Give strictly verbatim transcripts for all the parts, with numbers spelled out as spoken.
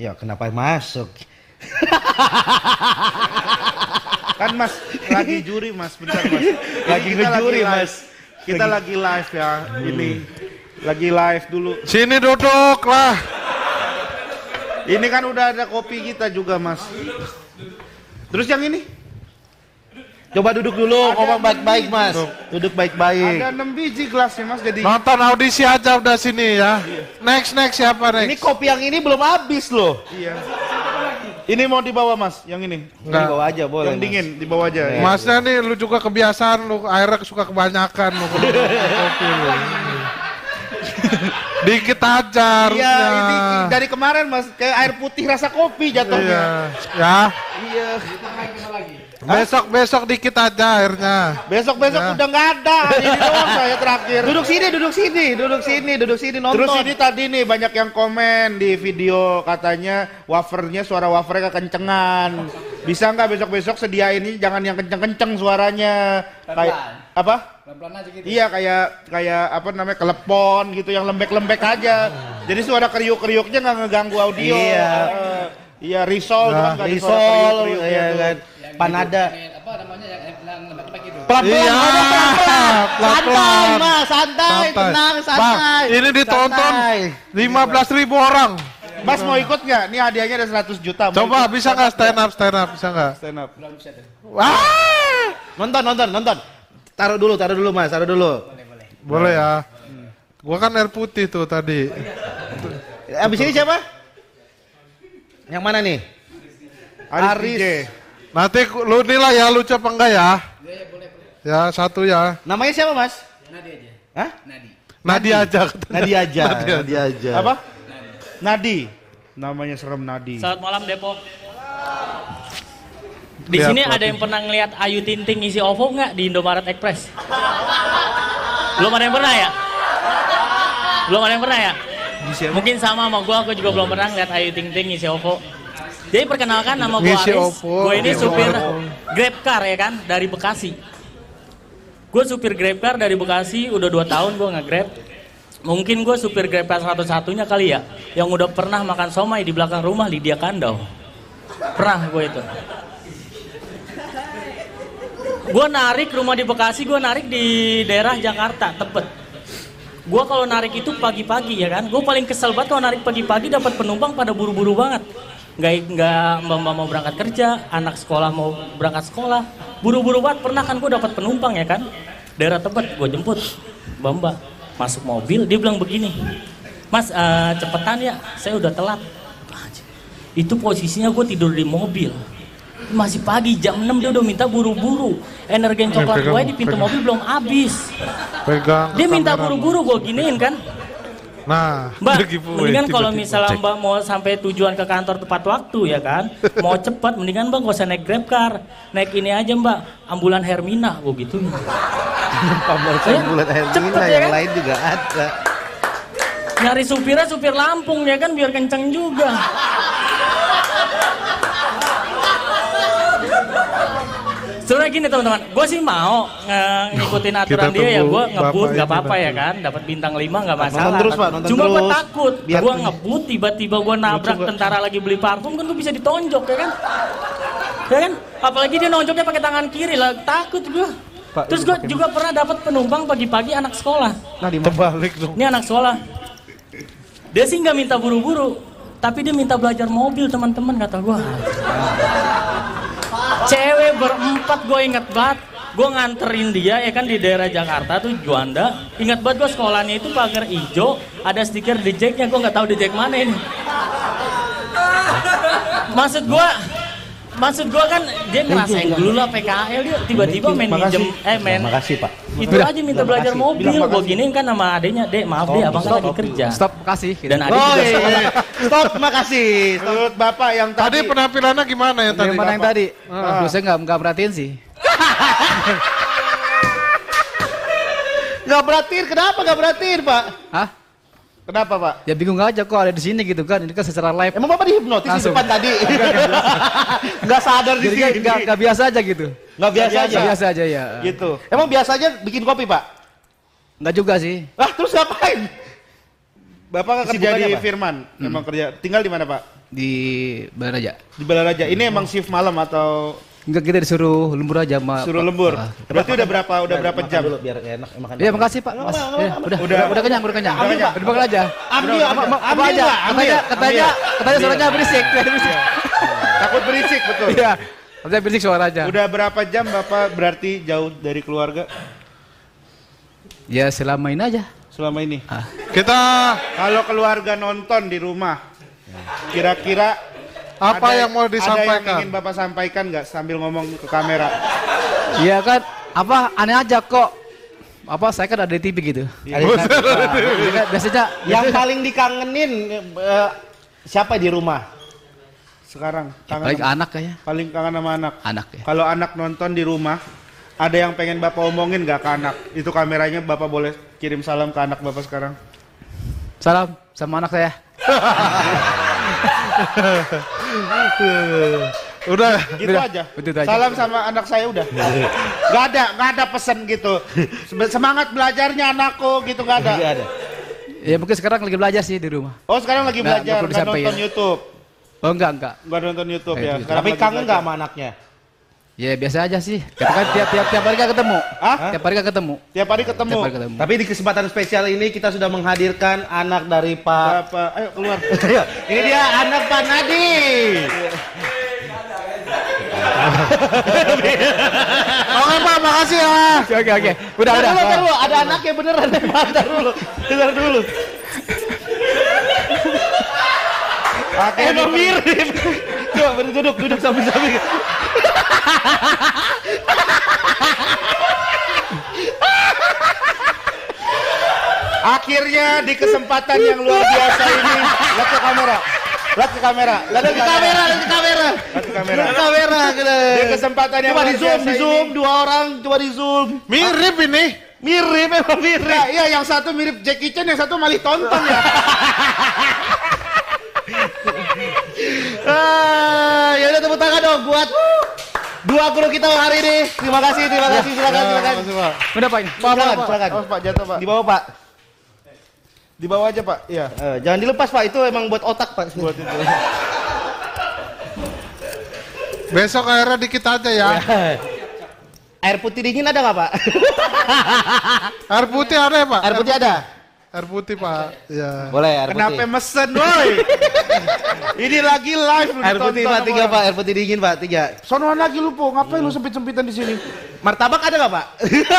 Ya kenapa masuk? Kan Mas lagi juri Mas, bentar Mas. Lagi ngejuri Mas. Kita lagi live ya, ini. Lagi live dulu. Sini duduk lah. Ini kan udah ada kopi kita juga Mas. Terus yang ini? Coba duduk dulu, ngomong baik-baik Mas. Duduk baik-baik. Ada enam biji gelasnya Mas, jadi Nonton audisi aja udah sini ya. Next next siapa Ini next? kopi yang ini belum habis loh. iya. Ini mau dibawa Mas, yang ini. Enggak. Bawa aja boleh. Yang dingin dibawa aja. ya. Masnya nih lu juga kebiasaan lu airnya suka kebanyakan lu kalau kopi lu. Dikit aja harusnya. Iya, ini dari kemarin Mas, kayak air putih rasa kopi Iya. jatuhnya. Ya. Iya. Besok besok dikit aja airnya. Besok-besok Ya. udah nggak ada. Ini doang saya terakhir. Duduk sini, duduk sini, duduk sini, duduk sini nonton. Terus ini tadi nih banyak yang komen di video katanya wafernya suara wafernya kekencengan. Bisa nggak besok-besok sediain ini jangan yang kenceng-kenceng suaranya. Kayak apa? Pelan-pelan aja gitu. Iya kayak kayak apa namanya kelepon gitu yang lembek-lembek aja. Jadi suara kriuk-kriuknya nggak ngeganggu audio. Iya. Eh, iya risol tuh kan nggak ada suara Risol, kriuk-kriuknya ya tuh. kan. Panada. Ini apa namanya yang yang lembek-lembek gitu. Pelan-pelan, Iya, ada pelan-pelan. pelan-pelan. Santai Mas, santai, tenang, Bang, santai. ini ditonton Santai. lima belas ribu orang. Mas mau ikut nggak? Nih hadiahnya ada seratus juta. Mau Coba ikut? bisa nggak stand up stand up bisa nggak? Stand up. Belum bisa tuh. Wah, Nonton, nonton, nonton. Taruh dulu, taruh dulu Mas, taruh dulu. Boleh, boleh. boleh ya. Gua kan air putih tuh tadi. Abis ini siapa? Yang mana nih? Aris. Aris. D J. Nanti ku- lu nilai ya lucu apa enggak ya? Iya, ya, boleh, boleh. Ya satu ya. Namanya siapa Mas? Nadi aja. Hah? Nadi. Nadi aja. Nadi aja. Nadi aja. Apa? Nadi. Namanya serem Nadi. Selamat malam Depok. Di Lihat sini kopi. ada yang pernah ngeliat Ayu Ting Ting ngisi O V O nggak di Indomaret Express? Belum ada yang pernah ya? Belum ada yang pernah ya? Mungkin sama sama gue, aku juga belum pernah ngeliat Ayu Ting Ting ngisi O V O. Jadi perkenalkan nama gue Ngisi O Aris, V O, gue ini ngisi supir O V O. Grab Car ya kan, dari Bekasi. Gue supir Grab Car dari Bekasi, udah dua tahun gue nge-grab. Mungkin gue supir Grab Car satu-satunya kali ya, yang udah pernah makan somai di belakang rumah Lydia Kandau. Pernah gue itu. Gue narik rumah di Bekasi, gue narik di daerah Jakarta, Tebet. Gue kalau narik itu pagi-pagi ya kan, gue paling kesel banget kalau narik pagi-pagi dapat penumpang pada buru-buru banget. Nggak, nggak mbak-mbak mau berangkat kerja, anak sekolah mau berangkat sekolah, buru-buru banget. Pernah kan gue dapat penumpang ya kan, daerah Tebet, gue jemput, mbak-mbak masuk mobil, dia bilang begini, Mas uh, cepetan ya, saya udah telat. Itu posisinya gue tidur di mobil. Masih pagi jam enam dia udah minta buru-buru. Energen coklat pegang, gue di pintu pegang. mobil belum habis. Pegang. Dia minta kamera. buru-buru gue giniin kan. Nah, Mbak, giveaway, mendingan kalau tiba-tiba misalnya cek. Mbak mau sampai tujuan ke kantor tepat waktu ya kan, mau cepat, mendingan Mbak gak usah naik Grab Car, naik ini aja Mbak, ambulan Hermina, gue gitu. Pembahasan bulan air Cepet Mina, ya yang kan? lain juga ada. Nyari supirnya supir Lampung ya kan, biar kenceng juga. Sebenarnya gini teman-teman, gue sih mau nge- ngikutin aturan Kita dia ya, tunggu gue ngebut Bapak nggak ini apa-apa ya nanti. kan, dapat bintang lima nggak masalah. Nonton terus, Pak, nonton Cuma gue terus. takut, Biar- gue ngebut tiba-tiba gue nabrak tentara lagi beli parfum kan gue bisa ditonjok ya kan, ya kan? Apalagi dia nonjoknya pakai tangan kiri lah, takut gue. Terus gue juga pernah dapat penumpang pagi-pagi anak sekolah. Nah, di Terbalik dong. Ini anak sekolah. Dia sih nggak minta buru-buru, tapi dia minta belajar mobil teman-teman kata gue. Cewek berempat gue inget banget. Gue nganterin dia ya kan di daerah Jakarta tuh Juanda. Ingat banget gue sekolahnya itu pagar hijau, ada stiker di jacknya, gue nggak tahu di jack mana ini. Maksud gue, maksud gue kan dia ngerasain dulu lah P K L, dia tiba-tiba main minjem, eh main Makasih Pak. itu aja minta belajar mobil. Gue giniin kan sama adenya, dek maaf deh abang kan lagi kerja. Stop, makasih. Dan adik Oh juga iya, sekolah. iya. Stop, makasih. Stop. Menurut Bapak yang Tadi tadi, penampilannya gimana ya tadi? Yang mana yang Bapak? tadi? Aduh, saya nggak nggak perhatiin sih. Gak berhatiin, kenapa gak berhatiin Pak? Hah? kenapa Pak? Ya bingung aja kok ada di sini gitu kan. Ini kan secara live. Emang Bapak dihipnotis di Langsung. depan tadi? Gak sadar di Jadi kan sini. nggak nggak biasa aja gitu. Gak biasa aja. Nggak biasa aja ya. Gitu. Emang biasanya bikin kopi Pak? Nggak juga sih. Lah terus ngapain? Bapak kerja Kesibukannya di apa? Firman, memang kerja. Tinggal di mana Pak? Di Balaraja. Di Balaraja. Ini emang shift malam atau Enggak, kita disuruh lembur aja sama suruh Pak. lembur? Ah. Berarti udah berapa udah berapa Makan jam? dulu biar enak makan. Iya, makasih Pak. Mas. Ya, udah, udah, Udah. udah kenyang, udah kenyang. Udah kenyang. Udah makan aja. Ambil, Udah, ambil, ma- ma- apa ambil, aja? Pak, ambil. Katanya, katanya, katanya suaranya berisik. berisik. Takut berisik betul. Iya. Katanya berisik suaranya. Udah berapa jam Bapak berarti jauh dari keluarga Ya selama ini aja. selama ini? Ah. Kita Kalau keluarga nonton di rumah, kira-kira apa ada- yang mau Ada yang disampaikan? ingin Bapak sampaikan nggak sambil ngomong ke kamera? Iya kan, apa aneh aja kok. Apa saya kan ada di T V gitu. Ada- Biasanya, biasanya Yang paling dikangenin eh, siapa di rumah? Sekarang kangen paling sama- anak kayaknya. paling kangen sama anak. Anak ya. Kalau anak nonton di rumah, ada yang pengen Bapak omongin nggak ke anak? Itu kameranya Bapak boleh kirim salam ke anak Bapak sekarang. Salam sama anak saya. Udah. Gitu Udah, aja. betul aja. Salam sama anak saya udah. Gak ada, gak ada pesan gitu. Semangat belajarnya anakku gitu gak ada. Nggak ada. Ya mungkin sekarang lagi belajar sih di rumah. Oh sekarang lagi Nggak- belajar, nggak perlu nggak disampaikan. nonton YouTube. Oh enggak, enggak. Nggak nonton YouTube Eh, ya. gitu. Sekarang Tapi lagi kangen belajar. nggak sama anaknya? Ya biasa aja sih. Kita kan tiap tiap tiap hari kan ketemu. Hah? Tiap hari kan ketemu. Tiap hari ketemu. Tiap hari ketemu. Tapi di kesempatan spesial ini kita sudah menghadirkan anak dari Pak. Bapak, ayo keluar. Ini dia anak Pak Nadi. Oke Pak, makasih ya. Oke oke oke. Udah Bentar udah. dulu, bentar dulu. Ada anaknya beneran. Bentar dulu. Bentar dulu. Akhirnya Emang mirip. Coba duduk, duduk sambil-sambil. Akhirnya di kesempatan yang luar biasa ini, lihat ke kamera, lihat ke kamera, lihat Lihat ke kamera, lihat ke kamera. lihat ke kamera. Lihat ke kamera. Di kesempatan yang Coba luar di zoom, biasa di zoom, ini. dua orang, coba di zoom. Mirip ini. Mirip, emang mirip. Nah, iya yang satu mirip Jackie Chan, yang satu malah tonton ya. Ah, ya udah tepuk tangan dong buat dua kru kita hari ini. Terima kasih, terima kasih, silakan, silakan. Makasih Pak. Udah Pak ini. Silakan, silakan. Oh, Pak jatuh Pak. Di bawah Pak. Di bawah aja Pak. Iya. Eh, jangan dilepas Pak, itu emang buat otak Pak. Buat itu. Besok airnya dikit aja ya. Air putih dingin ada nggak Pak? Air putih ada ya Pak? Air putih ada? Air putih Pak. Ya. Boleh air Kenapa putih. mesen woi? Ini lagi live lu Air putih ditonton Pak, sama tiga orang. Pak, air putih dingin Pak, tiga. Sonoan lagi lu Po, ngapain lu sempit-sempitan di sini? Martabak ada nggak Pak?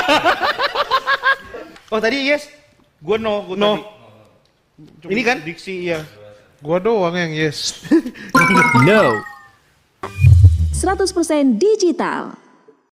Oh tadi yes. Gua no, gua No. tadi. Ini kan? Diksi iya. Gua doang yang yes. No. seratus persen digital.